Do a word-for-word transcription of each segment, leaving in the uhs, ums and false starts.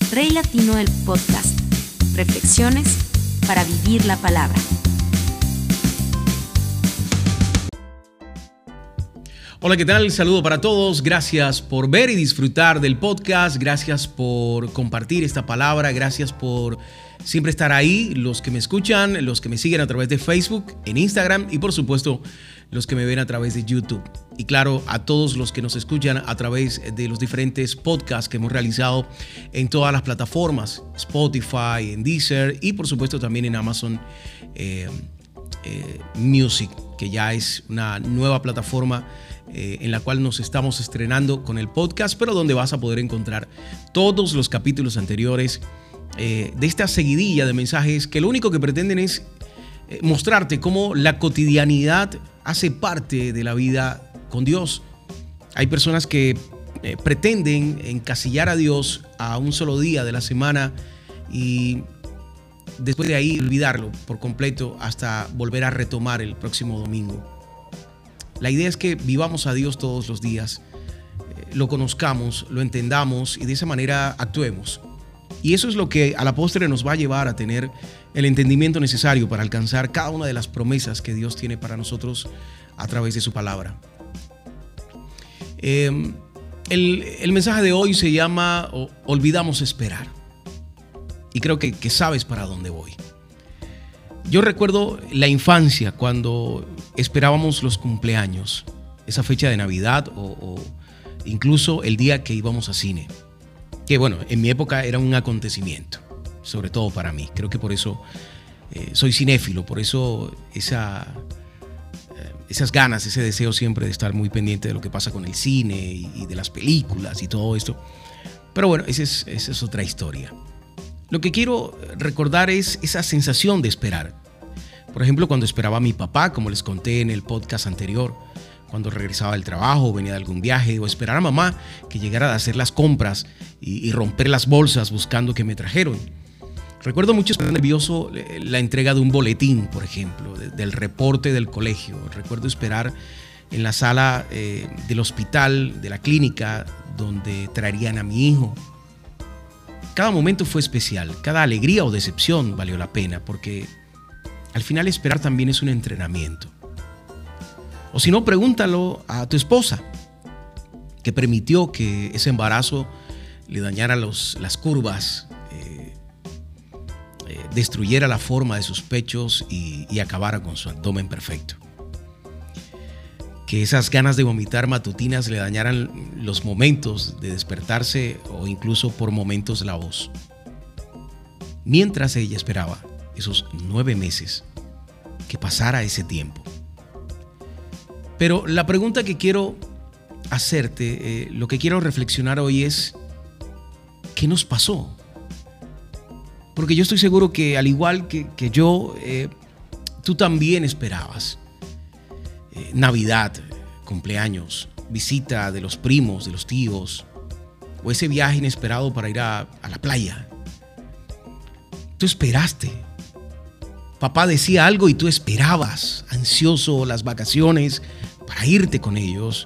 Rey Latino del Podcast. Reflexiones para vivir la palabra. Hola, ¿qué tal? Saludo para todos. Gracias por ver y disfrutar del podcast. Gracias por compartir esta palabra. Gracias por siempre estar ahí. Los que me escuchan, los que me siguen a través de Facebook, en Instagram y por supuesto los que me ven a través de YouTube. Y claro, a todos los que nos escuchan a través de los diferentes podcasts que hemos realizado en todas las plataformas, Spotify, en Deezer y por supuesto también en Amazon eh, eh, Music, que ya es una nueva plataforma eh, en la cual nos estamos estrenando con el podcast, pero donde vas a poder encontrar todos los capítulos anteriores eh, de esta seguidilla de mensajes que lo único que pretenden es eh, mostrarte cómo la cotidianidad hace parte de la vida con Dios. Hay personas que eh, pretenden encasillar a Dios a un solo día de la semana y después de ahí olvidarlo por completo hasta volver a retomar el próximo domingo. La idea es que vivamos a Dios todos los días, eh, lo conozcamos, lo entendamos y de esa manera actuemos. Y eso es lo que a la postre nos va a llevar a tener el entendimiento necesario para alcanzar cada una de las promesas que Dios tiene para nosotros a través de su palabra. Eh, el, el mensaje de hoy se llama Olvidamos esperar. Y creo que, que sabes para dónde voy. Yo recuerdo la infancia cuando esperábamos los cumpleaños, esa fecha de Navidad o, o incluso el día que íbamos a cine. Que bueno, en mi época era un acontecimiento, sobre todo para mí. Creo que por eso eh, soy cinéfilo, por eso esa, eh, esas ganas, ese deseo siempre de estar muy pendiente de lo que pasa con el cine y, y de las películas y todo esto. Pero bueno, esa es, esa es otra historia. Lo que quiero recordar es esa sensación de esperar. Por ejemplo, cuando esperaba a mi papá, como les conté en el podcast anterior, cuando regresaba del trabajo, venía de algún viaje, o esperar a mamá que llegara a hacer las compras y, y romper las bolsas buscando que me trajeron. Recuerdo mucho estar nervioso la entrega de un boletín, por ejemplo, de, del reporte del colegio. Recuerdo esperar en la sala eh, del hospital, de la clínica, donde traerían a mi hijo. Cada momento fue especial, cada alegría o decepción valió la pena, porque al final esperar también es un entrenamiento. O si no, pregúntalo a tu esposa, que permitió que ese embarazo le dañara los, las curvas, eh, eh, destruyera la forma de sus pechos y, y acabara con su abdomen perfecto. Que esas ganas de vomitar matutinas le dañaran los momentos de despertarse o incluso por momentos la voz. Mientras ella esperaba esos nueve meses que pasara ese tiempo. Pero la pregunta que quiero hacerte, eh, lo que quiero reflexionar hoy es, ¿qué nos pasó? Porque yo estoy seguro que al igual que, que yo, eh, tú también esperabas. Eh, Navidad, cumpleaños, visita de los primos, de los tíos, o ese viaje inesperado para ir a, a la playa. Tú esperaste. Papá decía algo y tú esperabas, ansioso, las vacaciones para irte con ellos.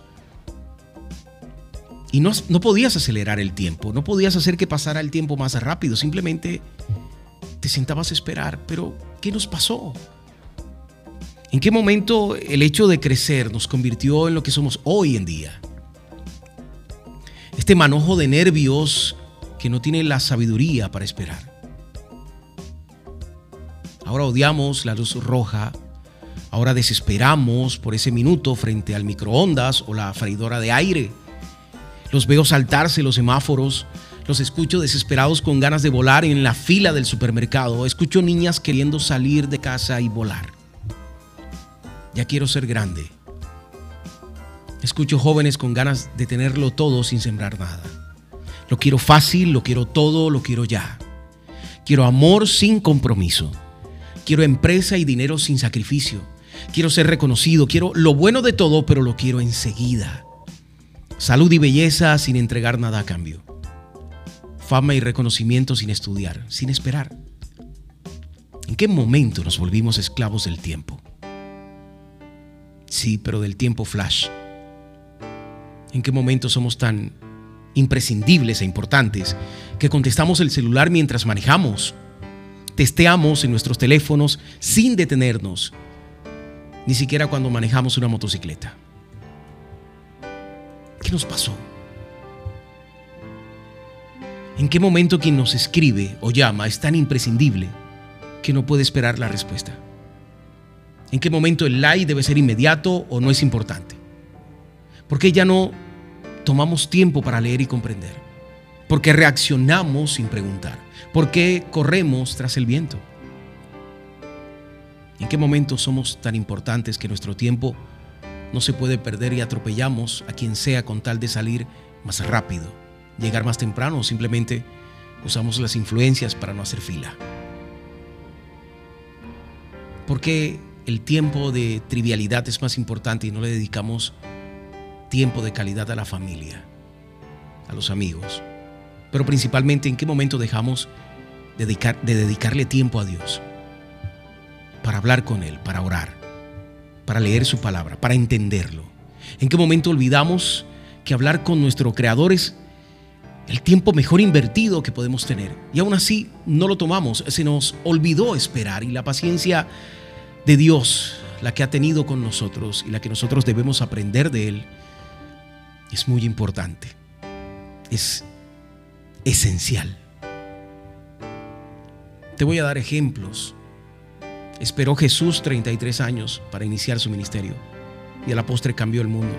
Y no, no podías acelerar el tiempo, no podías hacer que pasara el tiempo más rápido, simplemente te sentabas a esperar. Pero, ¿qué nos pasó? ¿En qué momento el hecho de crecer nos convirtió en lo que somos hoy en día? Este manojo de nervios que no tiene la sabiduría para esperar. Ahora odiamos la luz roja, ahora desesperamos por ese minuto frente al microondas o la freidora de aire. Los veo saltarse los semáforos, los escucho desesperados con ganas de volar en la fila del supermercado, escucho niñas queriendo salir de casa y volar. Ya quiero ser grande. Escucho jóvenes con ganas de tenerlo todo sin sembrar nada. Lo quiero fácil, lo quiero todo, lo quiero ya. Quiero amor sin compromiso. Quiero empresa y dinero sin sacrificio. Quiero ser reconocido. Quiero lo bueno de todo, pero lo quiero enseguida. Salud y belleza sin entregar nada a cambio. Fama y reconocimiento sin estudiar, sin esperar. ¿En qué momento nos volvimos esclavos del tiempo? Sí, pero del tiempo flash. ¿En qué momento somos tan imprescindibles e importantes, que contestamos el celular mientras manejamos, testeamos en nuestros teléfonos sin detenernos, ni siquiera cuando manejamos una motocicleta. ¿Qué nos pasó? ¿En qué momento quien nos escribe o llama es tan imprescindible que no puede esperar la respuesta? ¿En qué momento el like debe ser inmediato o no es importante? ¿Por qué ya no tomamos tiempo para leer y comprender? ¿Por qué reaccionamos sin preguntar? ¿Por qué corremos tras el viento? ¿En qué momento somos tan importantes que nuestro tiempo no se puede perder y atropellamos a quien sea con tal de salir más rápido, llegar más temprano, o simplemente usamos las influencias para no hacer fila? ¿Por qué el tiempo de trivialidad es más importante y no le dedicamos tiempo de calidad a la familia, a los amigos? Pero principalmente, ¿en qué momento dejamos de, dedicar, de dedicarle tiempo a Dios? Para hablar con Él, para orar, para leer su palabra, para entenderlo. ¿En qué momento olvidamos que hablar con nuestro Creador es el tiempo mejor invertido que podemos tener? Y aún así no lo tomamos, se nos olvidó esperar, y la paciencia de Dios, la que ha tenido con nosotros y la que nosotros debemos aprender de Él, es muy importante, es esencial. Te voy a dar ejemplos. Esperó Jesús treinta y tres años para iniciar su ministerio y a la postre cambió el mundo.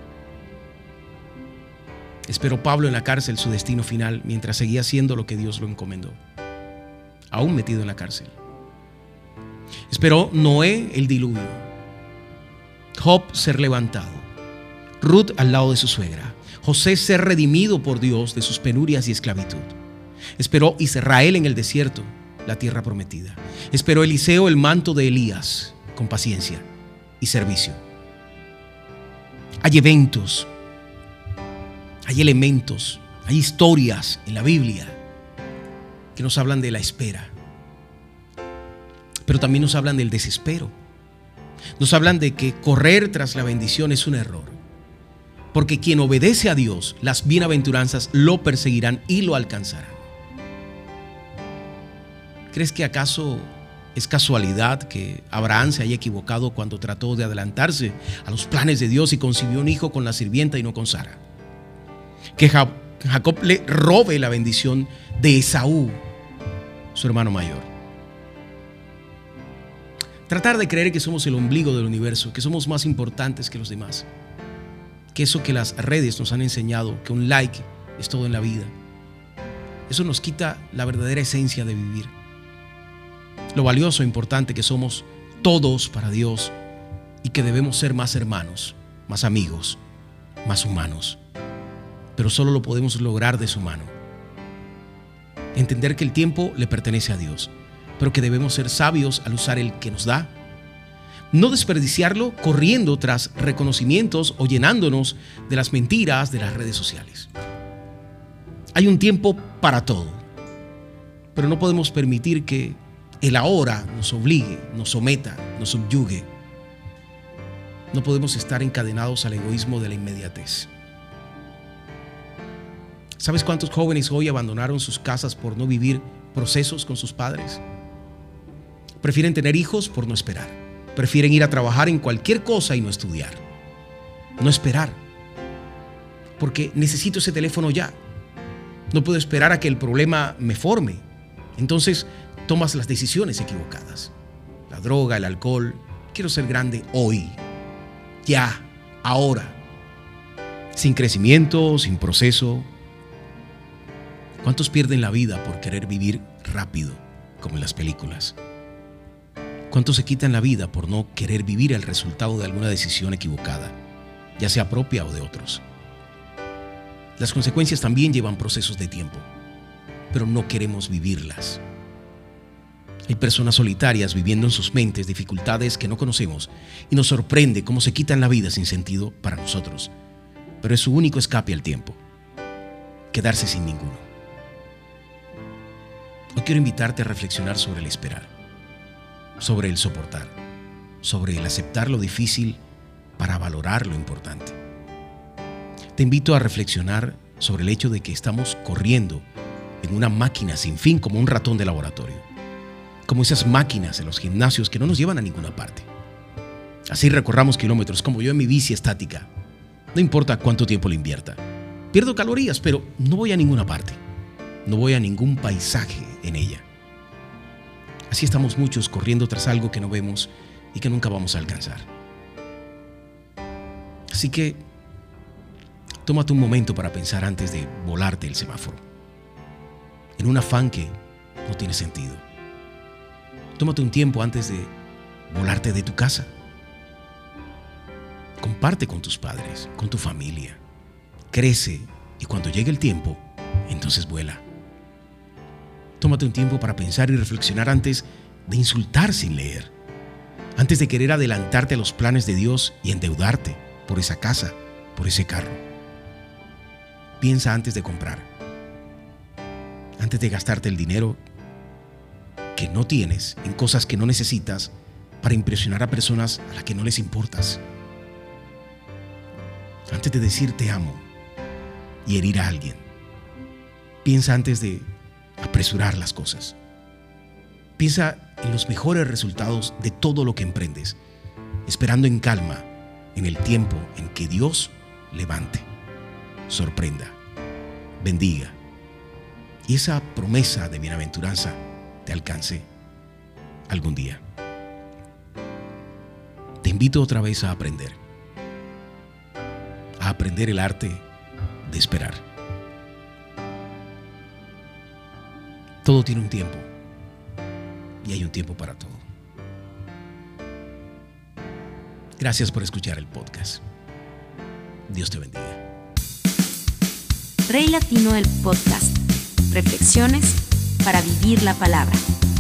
Esperó Pablo en la cárcel su destino final mientras seguía haciendo lo que Dios lo encomendó, aún metido en la cárcel. Esperó Noé el diluvio, Job ser levantado, Ruth al lado de su suegra, José ser redimido por Dios de sus penurias y esclavitud. Esperó Israel en el desierto, la tierra prometida. Esperó Eliseo el manto de Elías con paciencia y servicio. Hay eventos, hay elementos, hay historias en la Biblia que nos hablan de la espera, pero también nos hablan del desespero. Nos hablan de que correr tras la bendición es un error, porque quien obedece a Dios, las bienaventuranzas lo perseguirán y lo alcanzarán. ¿Crees que acaso es casualidad que Abraham se haya equivocado cuando trató de adelantarse a los planes de Dios y concibió un hijo con la sirvienta y no con Sara? Que Jacob le robe la bendición de Esaú, su hermano mayor. Tratar de creer que somos el ombligo del universo, que somos más importantes que los demás, que eso que las redes nos han enseñado, que un like es todo en la vida, eso nos quita la verdadera esencia de vivir. Lo valioso e importante que somos todos para Dios y que debemos ser más hermanos, más amigos, más humanos. Pero solo lo podemos lograr de su mano. Entender que el tiempo le pertenece a Dios, pero que debemos ser sabios al usar el que nos da. No desperdiciarlo corriendo tras reconocimientos o llenándonos de las mentiras de las redes sociales. Hay un tiempo para todo, pero no podemos permitir que el ahora nos obligue, nos someta, nos subyugue. No podemos estar encadenados al egoísmo de la inmediatez. ¿Sabes cuántos jóvenes hoy abandonaron sus casas por no vivir procesos con sus padres? Prefieren tener hijos por no esperar. Prefieren ir a trabajar en cualquier cosa y no estudiar. No esperar. Porque necesito ese teléfono ya. No puedo esperar a que el problema me forme. Entonces tomas las decisiones equivocadas. La droga, el alcohol. Quiero ser grande hoy, ya, ahora. Sin crecimiento, sin proceso. ¿Cuántos pierden la vida por querer vivir rápido, como en las películas? ¿Cuántos se quitan la vida por no querer vivir el resultado de alguna decisión equivocada, ya sea propia o de otros? Las consecuencias también llevan procesos de tiempo, pero no queremos vivirlas. Hay personas solitarias viviendo en sus mentes dificultades que no conocemos y nos sorprende cómo se quitan la vida sin sentido para nosotros, pero es su único escape al tiempo, quedarse sin ninguno. Hoy quiero invitarte a reflexionar sobre el esperar, sobre el soportar, sobre el aceptar lo difícil para valorar lo importante. Te invito a reflexionar sobre el hecho de que estamos corriendo en una máquina sin fin como un ratón de laboratorio, como esas máquinas en los gimnasios que no nos llevan a ninguna parte. Así recorramos kilómetros, como yo en mi bici estática. No importa cuánto tiempo le invierta. Pierdo calorías, pero no voy a ninguna parte. No voy a ningún paisaje en ella. Así estamos muchos corriendo tras algo que no vemos y que nunca vamos a alcanzar. Así que tómate un momento para pensar antes de volarte el semáforo, en un afán que no tiene sentido. Tómate un tiempo antes de volarte de tu casa. Comparte con tus padres, con tu familia. Crece y cuando llegue el tiempo, entonces vuela. Tómate un tiempo para pensar y reflexionar antes de insultar sin leer, antes de querer adelantarte a los planes de Dios y endeudarte por esa casa, por ese carro. Piensa antes de comprar, antes de gastarte el dinero que no tienes en cosas que no necesitas para impresionar a personas a las que no les importas. Antes de decir te amo y herir a alguien, piensa antes de apresurar las cosas. Piensa en los mejores resultados de todo lo que emprendes, esperando en calma en el tiempo en que Dios levante, sorprenda, bendiga y esa promesa de bienaventuranza te alcance algún día. Te invito otra vez a aprender, a aprender el arte de esperar. Todo tiene un tiempo y hay un tiempo para todo. Gracias por escuchar el podcast. Dios te bendiga. Rey Latino, el podcast. Reflexiones para vivir la palabra.